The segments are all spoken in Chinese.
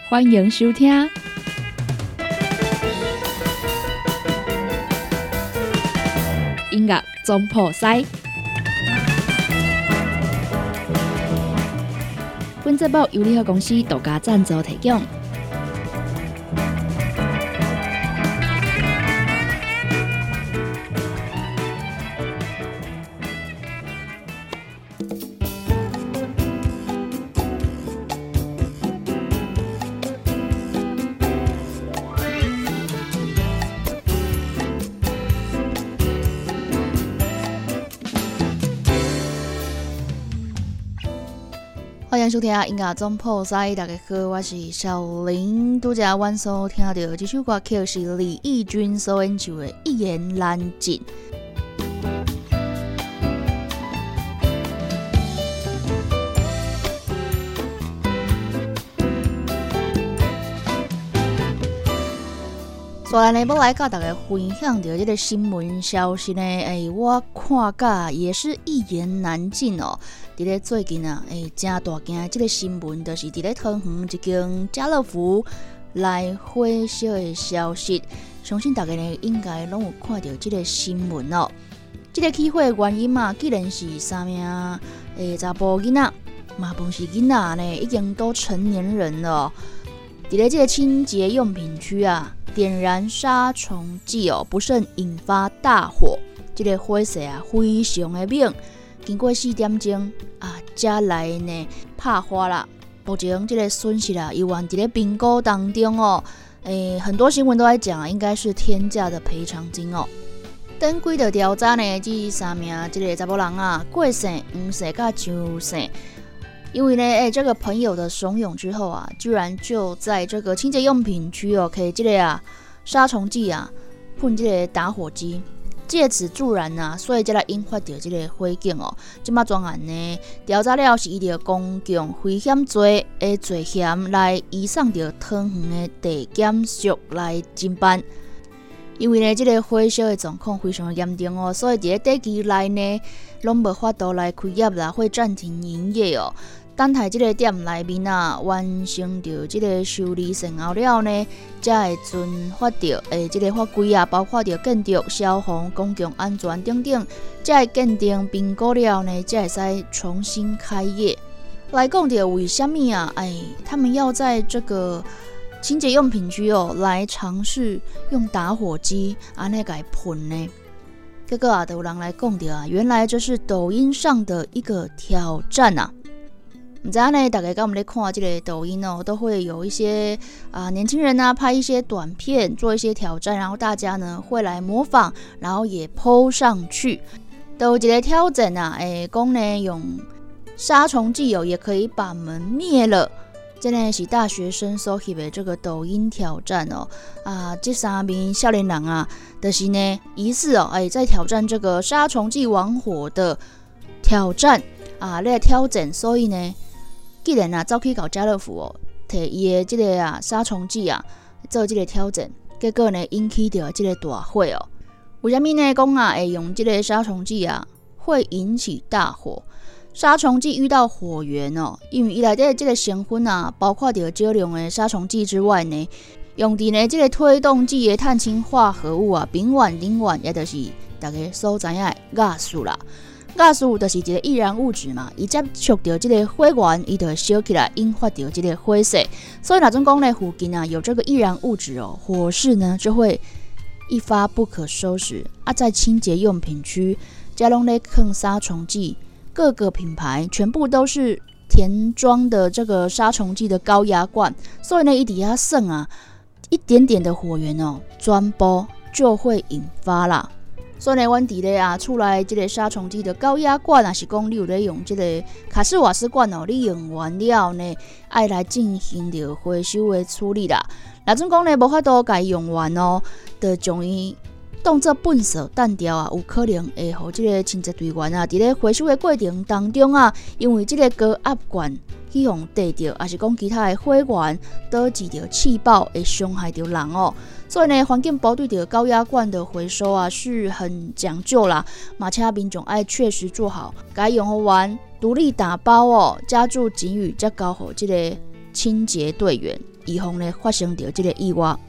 欢迎收听。音乐总铺师，本节目由联合公司独家赞助提供。欢迎收听音乐总铺师，大家好，我是小林。拄则阮所听到这首歌曲是李翊君所演唱的《一言难尽》。所以呢，要来甲大家分享到这个新闻消息呢，我看甲也是一言难尽哦。伫咧最近啊，真大件的这个新闻，就是伫咧桃园一间家乐福来火烧的消息。相信大家呢应该拢有看到这个新闻哦。这个起火的原因嘛，既然是三名查甫囡仔，嘛不是囡仔呢，已经都成年人了。伫咧这个清洁用品区啊，点燃杀虫剂哦，不慎引发大火。这个火势啊，非常的猛。经过4点钟啊，才来呢拍花啦。目前这个损失啊，犹原伫咧评估当中哦。很多新闻都在讲，应该是天价的赔偿金哦。根据的调查呢，这三名这个查某人啊，过生、黄生甲上生。因为呢，这个朋友的怂恿之后啊，居然就在这个清洁用品区哦，可以这个啊杀虫剂啊喷这个打火机。借此助燃啊，所以才来引发到这个火警哦。即马专案呢调查了是依照公共危险罪的罪嫌来移送到桃园的地检署来侦办。因为呢，这个火烧的状况非常严重哦，所以伫个地区内呢，拢无法度来开业啦，会暂停营业哦。等待这个店内面啊完成着这个修理善后了呢，才会遵发着这个法规啊，包括着建筑、消防、公共安全等等，才会鉴定评估了呢，才会使重新开业。来讲着为什么啊？他们要在这个清洁用品区哦来尝试用打火机安尼来喷呢？结果啊，有人来讲着啊，原来这是抖音上的一个挑战啊。不知道呢，大家刚我们在看这个抖音哦，都会有一些年轻人啊拍一些短片，做一些挑战，然后大家呢会来模仿，然后也 po 上去。都有一个挑战啊，讲呢用杀虫剂哦，也可以把门灭了。这呢是大学生所翕的这个抖音挑战哦这三名少年人啊，就是呢疑似哦在挑战这个杀虫剂玩火的挑战来挑战，所以呢。既然啊，走去搞家乐福哦，摕伊的这个杀虫剂啊，做这个挑战，结果呢引起到这个大火哦。为什么呢？讲会用这个杀虫剂啊，会引起大火？杀虫剂遇到火源哦，因为伊内底这个成分啊，包括着少量的杀虫剂之外呢，用伫呢这个推动剂的碳氢化合物啊，丙烷、磷烷，也就是大家所知影的亚素啦。亚素就是一个易燃物质嘛，伊接触到这个火源，伊就会烧起来，引发到这个火势。所以，若种讲呢，附近有这个易燃物质哦，火势呢就会一发不可收拾在清洁用品区，加拢咧放杀虫剂，各个品牌全部都是填装的这个杀虫剂的高压罐，所以呢，伊底下剩一点点的火源哦，传播就会引发啦。所以呢，阮伫咧厝内即个杀虫剂的高压罐是讲你有咧用即个卡式瓦斯罐哦，你用完了呢，爱来进行着回收的处理啦。若种讲呢，无法度甲伊用完哦，就将伊当作粪扫弹掉有可能会互即个清洁队员伫咧回收的过程当中因为即个高压罐去用地着，还是讲其他的火源导致着气爆，会伤害到人哦。所以呢，环境部对着高压罐的回收是很讲究啦，马且民众爱确实做好，该用完独立打包哦，加注警语，再交给这个清洁队员。 以防呢发生到这个意外。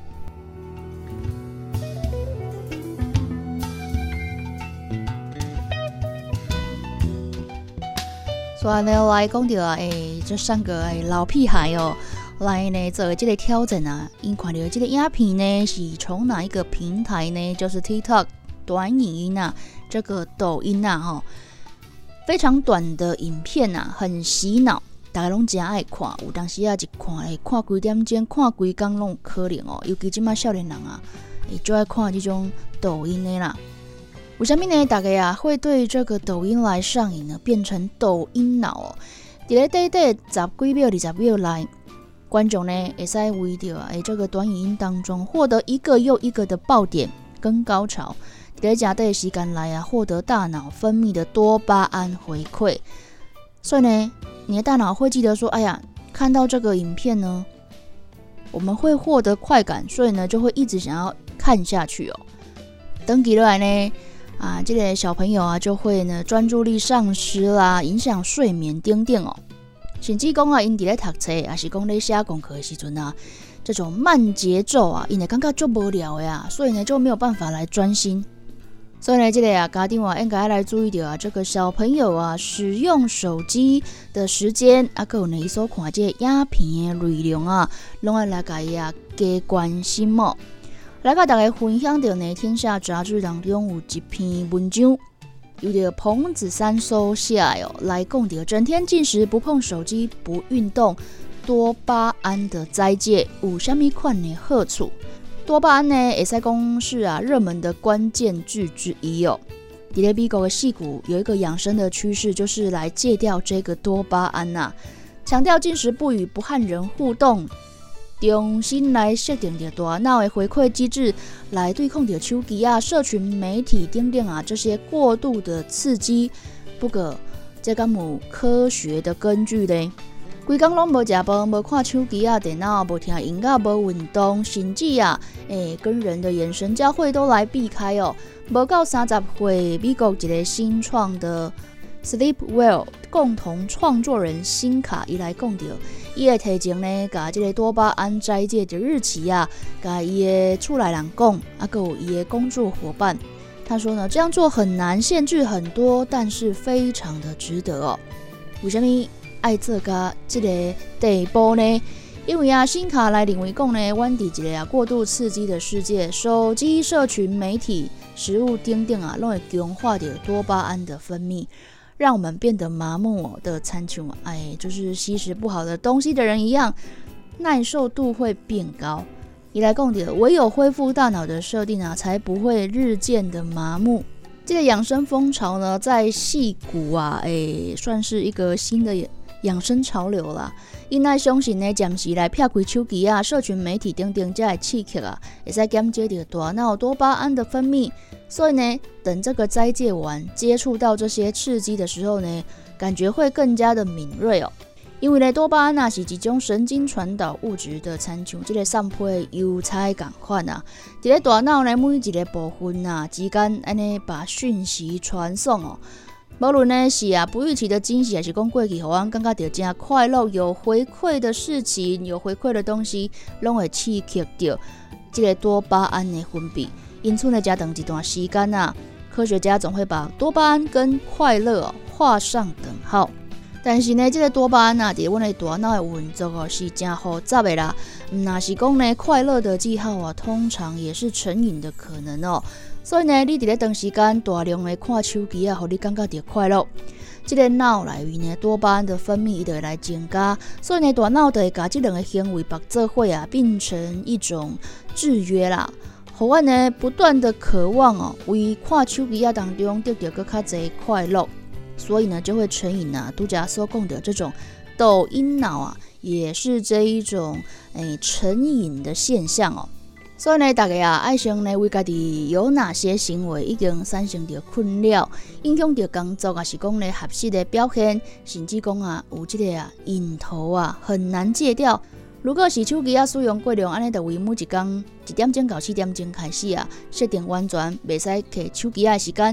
所以呢，来讲到这3个老屁孩哦，来呢做这个挑战啊，因看到这个影片呢是从哪一个平台呢？就是 TikTok 短影音啊，这个抖音啊，非常短的影片啊，很洗脑，大家拢真爱看。有当时啊，一看几点钟，看几工拢有可能哦。尤其即马少年人啊，就爱看这种抖音的啦。为什么呢？大家啊会对这个抖音来上瘾呢？变成抖音脑哦。在咧短10几秒、20秒来，观众呢会使为着这个短影音当中获得一个又一个的爆点跟高潮，在加短的时间来啊，获得大脑分泌的多巴胺回馈。所以呢，你的大脑会记得说，哎呀，看到这个影片呢，我们会获得快感，所以呢就会一直想要看下去哦。等起来呢。这个小朋友啊，就会呢专注力丧失啦，影响睡眠等等哦。甚至讲啊，因伫咧读册，还是讲咧写功课的时阵啊，这种慢节奏啊，因会感觉足无聊的呀，所以呢就没有办法来专心。所以呢，这个家长啊，应该来注意到这个小朋友啊使用手机的时间，还有呢伊所看这个影片的内容啊，拢要来甲伊加关心哦。来甲大家分享到呢，《天下》杂志当中有一篇文章，由着彭子珊所写的来讲到整天进食、不碰手机、不运动，多巴胺的斋戒有啥物款的好处？多巴胺呢，会使讲是热门的关键句之一哦。在咧美国的矽谷有一个养生的趋势，就是来戒掉这个多巴胺啊，强调进食不语、不和人互动。重新来设定着大脑的回馈机制，来对抗着手机啊、社群媒体等等啊这些过度的刺激。不过，这敢有科学的根据呢？规工拢无食饭、无看手机啊、电脑、无听音乐、无运动，甚至跟人的眼神交汇都来避开哦。无到30岁，美国一个新创的 Sleep Well 共同创作人辛卡伊来讲到。伊会提前呢，甲这个多巴胺斋戒的日期啊，甲伊的厝内人讲，还有伊的工作伙伴，他说呢，这样做很难，限制很多，但是非常的值得哦。为什么爱做到这个地步呢？因为辛卡来认为讲呢，阮伫一个过度刺激的世界，手机、社群媒体、食物等等啊，拢会强化着多巴胺的分泌。让我们变得麻木的参像就是吸食不好的东西的人一样，耐受度会变高。伊来讲的，唯有恢复大脑的设定啊，才不会日渐的麻木。这个养生风潮呢，在矽谷啊，算是一个新的养生潮流啦。因爱相信呢，暂时来撇开手机啊、社群媒体等等这些刺激啊，会使减少到大脑多巴胺的分泌。所以呢，等这个斋戒完，接触到这些刺激的时候呢，感觉会更加的敏锐哦。因为呢，多巴胺是一种神经传导物质的参像，这个散配的邮差同款啊，在咧大脑呢每一个部分之间，安尼把讯息传送哦。无论呢是不预期的惊喜，还是讲过去互阮感觉到真快乐、有回馈的事情、有回馈的东西，拢会刺激到这个多巴胺的分泌。因此呢，加长一段时间科学家总会把多巴胺跟快乐画上等号。但是呢，这个多巴胺在阮的大脑的运作是真复杂的啦。若是讲呢，快乐的记号通常也是成瘾的可能哦。所以呢，你伫咧长时间大量的看手机互你感觉到快乐，这个脑内面呢多巴胺的分泌就会来增加，所以呢，大脑就会把这两个行为绑做伙变成一种制约啦。互阮呢不断的渴望为看手机当中得到更较侪快乐，所以呢就会成瘾拄才所讲的这种抖音脑也是这一种成瘾的现象哦。所以呢，大家爱先呢为家己有哪些行为已经产生着困扰，影响着工作，还是讲呢合适的表现，甚至讲有这个瘾头很难戒掉。如果是手机使用过量，安尼就为每一天1点钟到4点钟开始设定完全袂使摕手机的时间，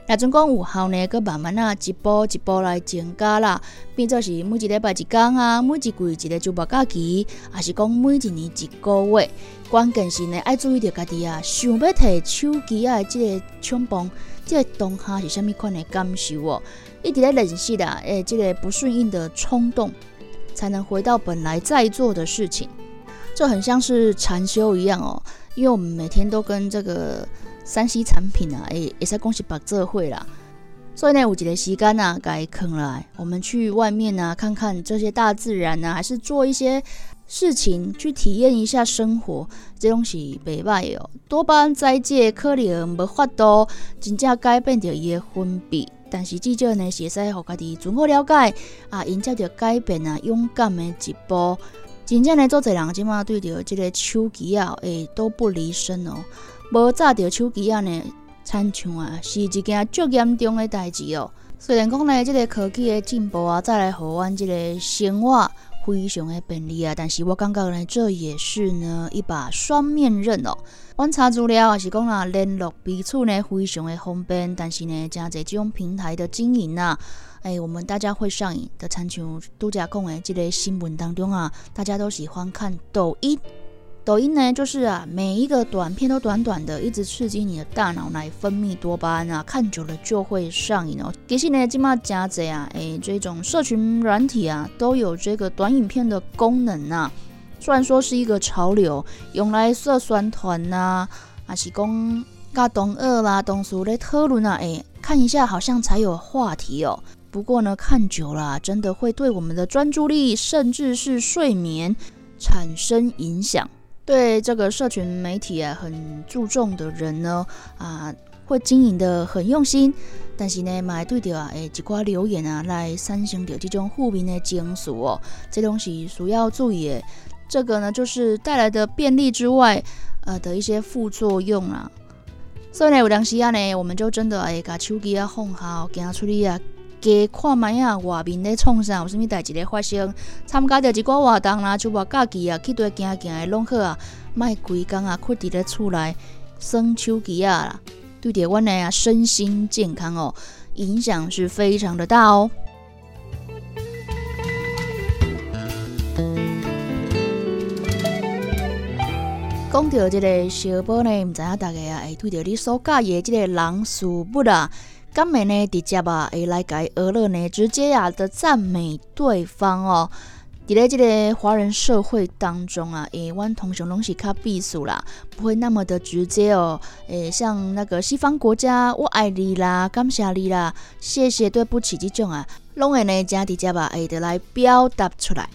若阵讲有效呢，佮慢慢一步一步来增加啦，变做是每一礼拜一天啊，每一季一个周末假期，还是讲每一年一个月。关键是呢，爱注意着家己啊，想要摕手机啊的这个冲动，这个当下是啥物款的感受哦？一直在练习啦，这个不顺应的冲动，才能回到本来在做的事情。这很像是禅修一样哦，因为我们每天都跟这个3C 产品啊，会使讲是绑做伙啦。所以呢，有一个时间啊，该空来，我们去外面啊，看看这些大自然啊，还是做一些事情去体验一下生活，这种是袂歹哦。多巴胺在这可能无法度真正改变着伊的分泌，但是至少呢，是会使互家己足好了解啊，迎接着改变啊，勇敢的一步。真正呢，做侪人即马对着这个手机啊，都不离身哦。无早着手机啊呢，亲像啊，是一件足严重的代志哦。虽然讲呢，这个科技的进步啊，再来互阮这个生活非常的便利啊，但是我感觉呢，这也是呢一把双面刃哦。阮查资料也是讲啦，联络彼此呢非常的方便，但是呢，真侪这种平台的经营啊，我们大家会上瘾的，亲像拄则讲的这个新闻当中啊，大家都喜欢看抖音。抖音呢，就是啊，每一个短片都短短的，一直刺激你的大脑来分泌多巴胺啊，看久了就会上瘾哦。其实呢，现在真侪啊，这种社群软体啊，都有这个短影片的功能啊。虽然说是一个潮流，用来社宣传呐，还是讲甲同学啦、同事咧讨论啊，看一下好像才有话题哦。不过呢，看久了，真的会对我们的专注力，甚至是睡眠产生影响。对这个社群媒体啊很注重的人呢，会经营的很用心，但是呢，嘛会对到一寡留言啊来产生着这种负面的情绪哦，这东西需要注意的。这个呢，就是带来的便利之外，的一些副作用啊。所以呢，有当时啊呢，我们就真的把手机啊放下，行出去啊。加看卖啊，外面咧创啥，有啥物代志咧发生？参加着一寡活动啦，就话假期啊，去对行行的拢好啊，莫规工啊，困伫咧厝内耍手机啊啦，对着阮的身心健康哦，影响是非常的大哦。讲到这个小宝呢，唔知影大家啊，会对着你所介意的这个人事物啊。敢会呢直接啊，来改俄勒呢，直接啊的赞美对方哦。伫咧这个华人社会当中啊，阮通常拢是较避暑啦，不会那么的直接哦。像那个西方国家，我爱你啦，感谢你啦，谢谢，对不起这种啊，拢会呢真直接啊，就来表达出来。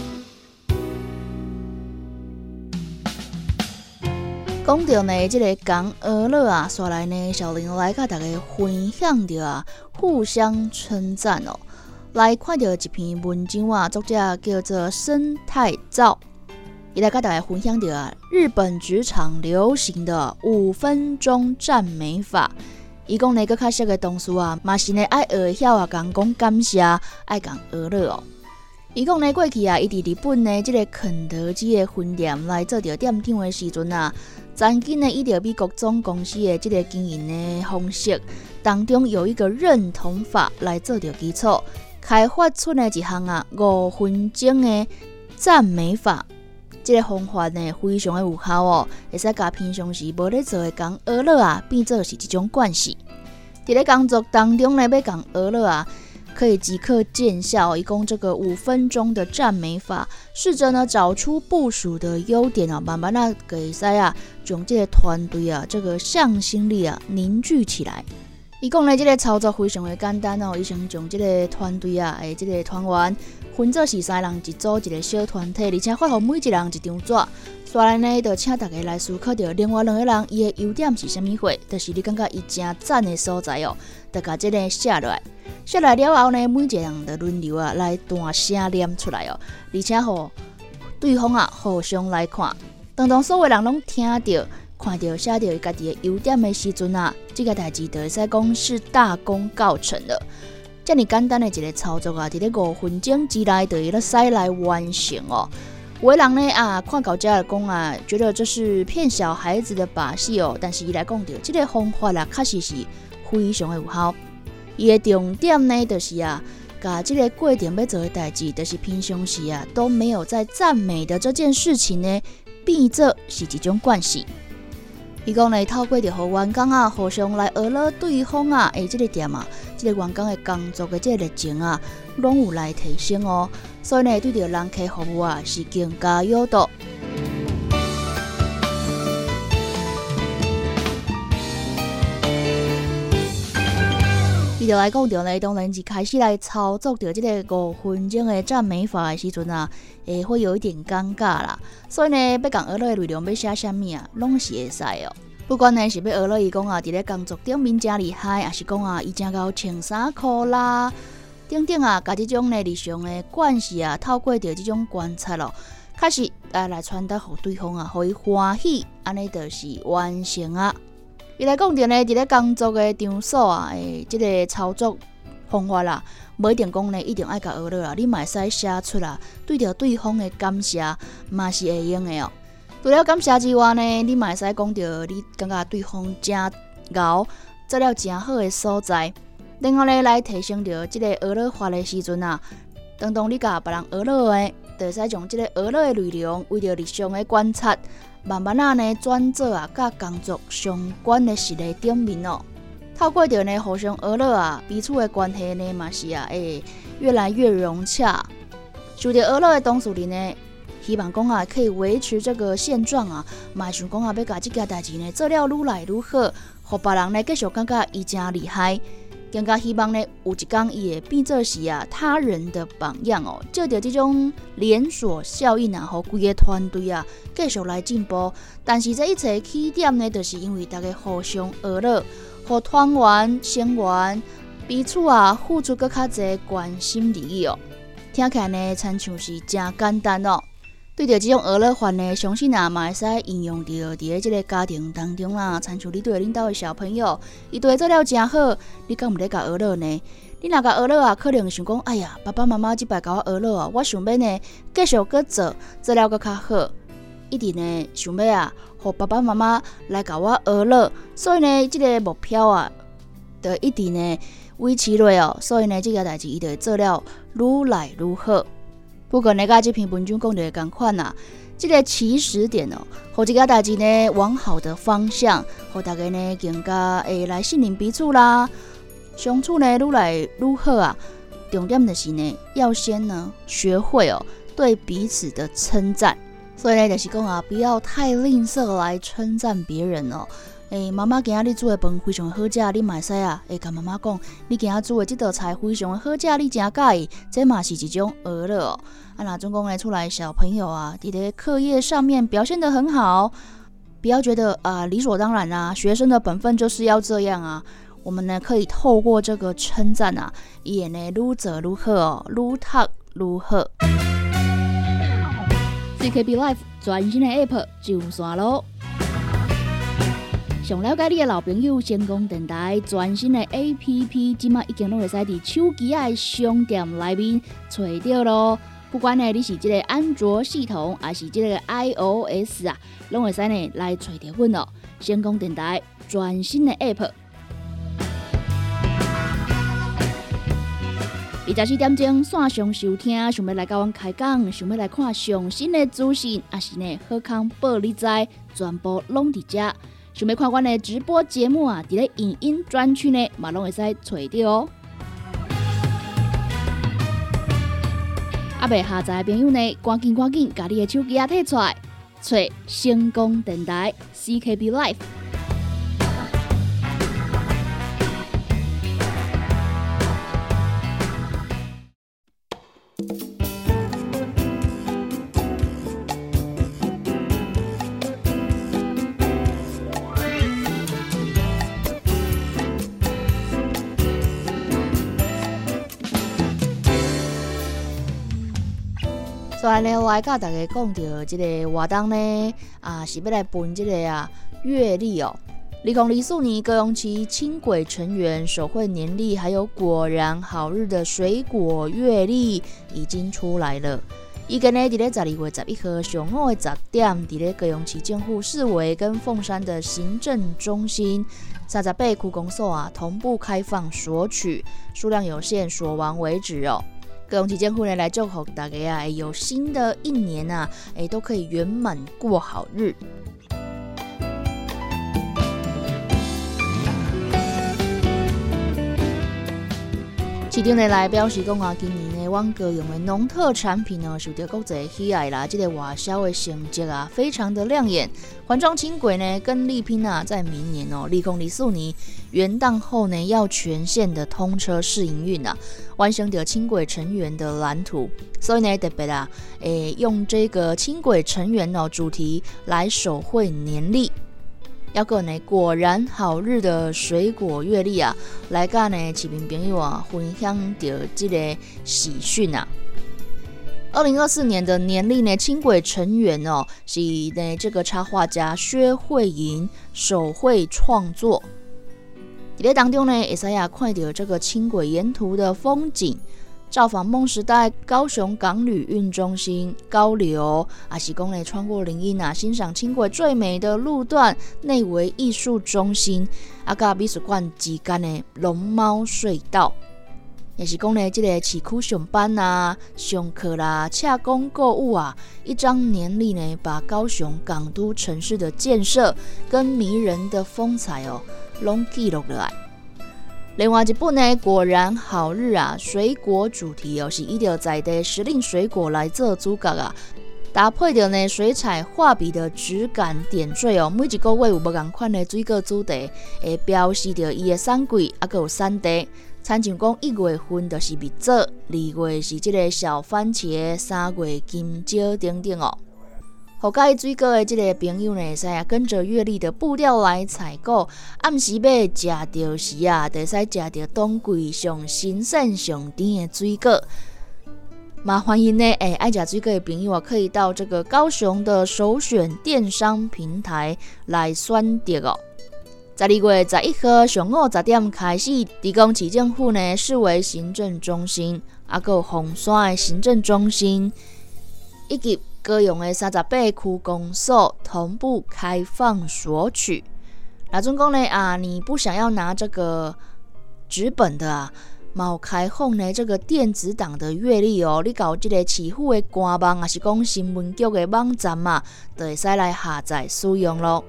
讲到呢，这个讲俄勒啊，刷来呢，小玲来甲大家分享着啊，互相称赞哦。来看到一篇文章啊，作者叫做生态照，伊来甲大家分享着啊，日本职场流行的5分钟赞美法。伊讲呢，佮较熟的同事啊，嘛是呢爱学晓啊，讲感谢，爱讲俄勒哦。伊讲呢，过去啊，伊伫日本呢，这个肯德基的分店来做着店长的时阵啊，曾经呢，伊着美国总公司的这个经营的方式当中，有一个认同法来做着基础，开发出的一项啊5分钟的赞美法。这个方法呢，非常的有效哦，会使甲平常时无咧做的讲俄勒啊，变做是一种惯势。伫咧工作当中呢，要讲俄勒啊。可以即刻见效，一共这个5分钟的赞美法，试着呢找出部署的优点啊，慢慢的给使啊，将这个团队啊，这个向心力啊凝聚起来。伊讲呢，这个操作非常的简单哦，伊先将这个团队啊，这个团员分做是3人一组，一个小团体，而且发给每一人一张纸。刷来呢，就请大家来思考到另外2个人伊的优点是啥物货，就是你感觉伊真赞的所在哦，就把这个写落来。写来了后呢，每一个人的轮流啊来大声念出来哦，而且互对方啊互相来看。当所有人拢听到、看到、写到伊家己的优点的时阵啊，这个代志就会使讲是大功告成了。这么简单的一个操作啊，伫咧5分钟之内就会使来完成哦。有的人呢看到这就讲啊，觉得这是骗小孩子的把戏哦，但是伊来讲到这个方法啦，确实是非常的有效。伊的重点呢，就是把这个过程要做的代志，就是平常时都没有在赞美的这件事情呢，变作是一种惯习。伊讲呢，透过着和员工互相来学了对方这个点这个员工的工作的这个热情拢有来提升哦。所以呢，对着人客服务是更加有度。伊就来讲到呢，当然一开始来操作着这个5分钟的赞美法的时阵会有一点尴尬啦。所以呢，要讲学了的内容要写什么拢是会使哦。不管呢是要学了伊讲伫咧工作顶面真厉害，还是讲伊真够穿衫裤啦，等等甲这种呢日常的惯习透过着这种观察开始来传达给对方互伊欢喜，安尼就是完成伊来讲到呢，伫咧工作的场所这个操作方法啦，无一定讲呢一定爱甲学了你嘛会使写出对着对方的感谢嘛是会用的哦。除了感谢之外呢，你嘛会使讲到你感觉对方真牛，做了真好的所在。另外呢，来提升到这个学了法的时阵当你甲别人学了的，就会使将这个学了的内容为着日常的观察。慢慢呢转做甲工作相关的实例顶面透过着呢互相学了彼此的关系呢嘛是会越来越融洽。受着学了的当事人呢，希望讲可以维持这个现状嘛想讲要甲这件代志呢做了愈来愈好，互别人呢继续感觉伊真厉害。更加希望呢，有一天伊会变做是他人的榜样借着这种连锁效应互规个团队继续来进步。但是这一切起点呢，就是因为大家互相学了，互团员、成员彼此付出更较侪关心利益听起来呢，亲像是真简单对着这种学了法呢，相信嘛会使应用到伫这个家庭当中啦。亲像你对领导的小朋友，伊对做了真好，你敢毋咧甲学了呢？你若甲学了可能想讲，哎呀，爸爸妈妈即摆甲我学了我想要呢继续搁做了搁较好，一直呢想要互爸爸妈妈来甲我学了，所以呢，这个目标就一直呢维持落所以呢，这个代志伊就会做了愈来愈好。不过呢，甲这篇文章讲的同款这个起始点互这个代志呢往好的方向，互大家呢更加会来信任彼此啦，相处呢愈来愈好重点就是呢，要先呢学会对彼此的称赞。所以呢，就是讲不要太吝啬来称赞别人妈妈今仔日煮的饭非常好食，你嘛会使会甲妈妈讲，你今仔煮的这道菜非常好食，你真介意，这嘛是一种学了那总共呢出来小朋友你在课业上面表现得很好，不要觉得理所当然学生的本分就是要这样我们呢可以透过这个称赞也呢愈做愈好愈读愈好。CKB Life 全新的 App 上线咯！想了解你的老朋友，成功电台全新的 APP， 即马已经拢会使伫手机的商店内面找到咯。不管呢你是这个安卓系统，还是这个 iOS 拢会使呢来找到阮成功电台全新的 App。24点钟线上收听，想要来甲阮开讲，想要来看上新的资讯，还是呢好康报你知，全部拢伫遮。想要看阮的直播节目伫咧影音专区呢，嘛拢会使找到未下载的朋友呢，赶紧，甲你的手机摕出来，找成功电台 CKB Life。所以呢，来甲大家讲到这个活动呢，是要来分这个月历2004年高雄市轻轨成员手绘年历，还有果然好日的水果月历已经出来了。 伊今呢，伫咧12月11號上午的10點，伫咧高雄市政府四維跟鳳山的行政中心38區公所啊，同步開放索取，數量有限，索完為止哦。高雄市政府呢來祝福大家啊，有新的一年啊，都可以圓滿過好日。市長呢來表示講啊，今年呢，阮高雄的農特產品呢，受到國際喜愛啦，這個外銷的成績啊，非常的亮眼。環狀輕軌呢，跟力拼啊，在明年哦，2024年元旦後呢，要全線的通車試營運啊，完成的輕軌成員的藍圖。所以呢，特別啊，用這個輕軌成員哦主題來手繪年曆。要個呢果然好日的水果月曆啊，來甲呢市民朋友啊分享到這個喜訊啊。2024年的年曆呢，輕軌成員哦是呢這個插畫家薛慧瑩手繪創作。在當中呢，會使看到這個輕軌沿途的風景。造訪夢時代高雄港旅運中心高流，也是講呢穿過林蔭啊，欣賞輕軌最美的路段內圍藝術中心，甲美術館之間的龍貓隧道，也是講呢這個市區上班啊、上課啦、洽公購物啊，一張年曆呢，把高雄港都城市的建設跟迷人的風采哦，攏記錄落來。另外一本呢，果然好日啊，水果主題哦，是依照在地時令水果來做主角啊，搭配着呢水彩畫筆的質感點綴哦，每一個月有不同款的水果主題，會標示着伊的產季，還有產地。親像講1月份就是蜜棗，2月是這個小番茄，3月金蕉等等哦。好介水果的這個朋友呢，會使跟着月曆的步調來採購。暗時要食到時啊，就會使食到當季上新鮮上甜的水果。嘛歡迎呢，愛食水果的朋友啊，可以到這個高雄的首選電商平台來選擇哦。12月11號上午10點開始，佇高雄市政府呢視為行政中心，還有鳳山的行政中心，以及高雄的38區公所同步開放索取。那總講呢你不想要拿這個紙本的啊，冇開放呢這個電子檔的月曆哦，你到這個市府的官網，還是講新聞局的網站嘛，就會使來下載使用咯。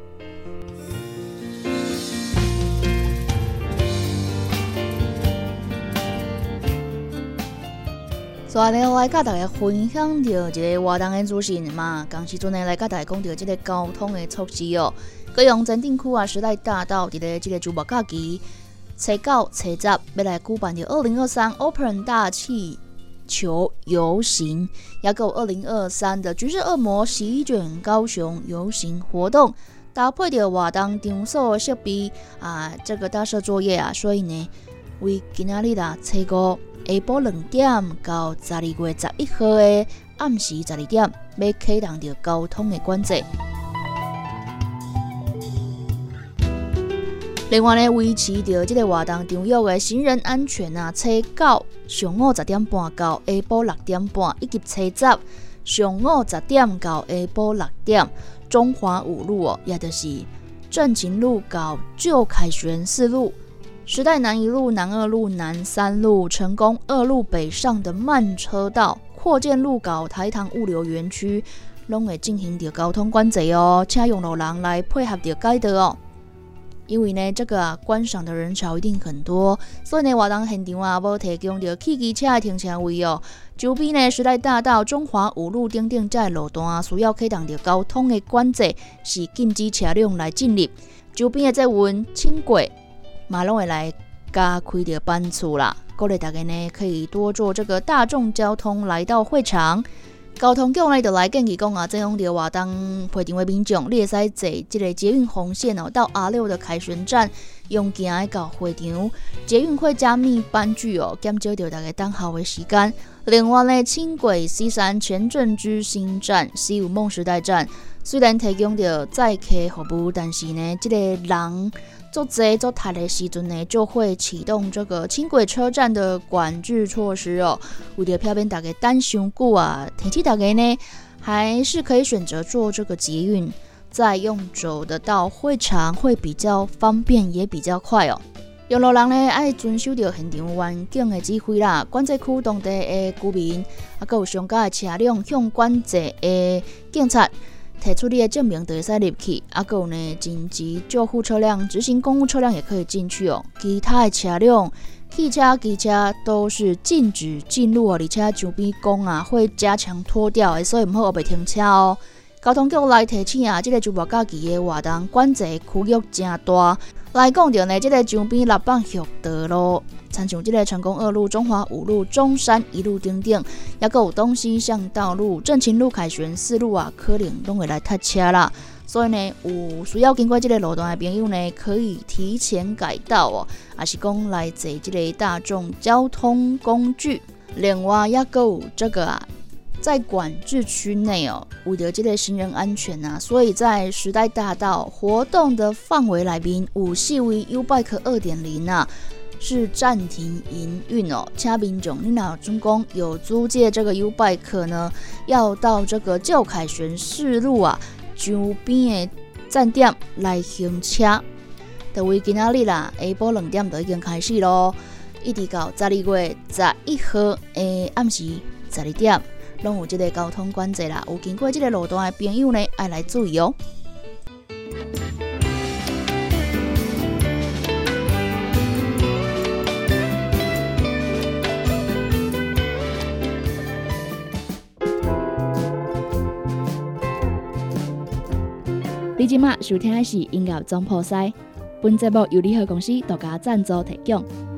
所以呢，來甲大家分享到一個活動的資訊嘛。剛時陣呢，來甲大家講到這個交通的措施哦。高雄前鎮區啊，時代大道在這個週末假期初9、初10要來舉辦的2023 Open 大氣球遊行，也有2023的橘色惡魔席捲高雄遊行活動，搭配着活動場所設備啊，這個搭設作業啊，所以呢，為今仔日啦，初5下晡2點到12月11號的暗時12點，要啟動着交通的管制。另外呢，維持着這個活動場域的行人安全啊，初9上午10點半到下晡6點半，以及初10上午10點到下晡6點，中華五路哦，也就是正勤路到舊凱旋4路。時代南1路、南2路、南3路、成功2路北上的慢車道，擴建路到台糖物流園區，攏會進行着交通管制哦，請用路人來配合着改道哦。因為呢，這個觀賞的人潮一定很多，所以呢，活動現場啊，無提供着汽機車的停車位哦。周邊呢，時代大道、中華5路等等這路段需要啟動着交通的管制，是禁止車輛來進入。周邊的這運輕軌馬攏會來加開着班次啦，鼓勵大家呢可以多坐這個大眾交通來到會場。交通局呢就來建議講啊，這樣的活動會場的民眾，你會使坐這個捷運紅線哦，到R6的凱旋站用行的到會場，捷運會加密班距哦，減少掉大家等候的時間。另外呢，輕軌 C3 前鎮之星站、西武夢時代站、 虽然提供着载客服务，但是呢，这个人足济足塞的时阵呢，就会启动这个轻轨车站的管制措施哦。为了避免大家等伤久啊，提醒大家呢，还是可以选择坐这个捷运，再用走的到会场会比较方便，也比较快哦。用路人呢，爱遵守着现场员警的指挥啦。管制区当地的居民，还有上架的车辆，向管制的警察提出你的证明，就会使入去。还有呢，紧急救护车辆、执行公务车辆也可以进去哦。其他的车辆、汽车、机车都是禁止进入哦。而且上边讲啊，会加强拖吊的，所以唔好后袂停车哦。交通局来提醒啊，这个周末假期的活动管制区域真大。来讲到呢，这个江边六棒学道路，参像这个成功2路、中华5路、中山1路等等，也有东西向道路、正勤路、凯旋4路啊，可能拢会来塞车啦。所以呢，有需要经过这个路段的朋友呢，可以提前改道哦，也是讲来坐这个大众交通工具。另外，也有这个啊。在管制区内哦，为了这个行人安全啊，所以在时代大道活动的范围内面，有4位 U-Bike 2.0啊，是暂停营运哦。请民众你若总共有租借这个 U-Bike 呢，要到这个旧凯旋4路啊周边的站点来行车。就为今仔日啦，下晡2点就已经开始咯，一直到12月11號的暗時12點。拢有这个交通管制啦，有经过这个路段的朋友呢，要来注意哦。你即马收听的是音乐总铺师，本节目由联合公司独家赞助提供。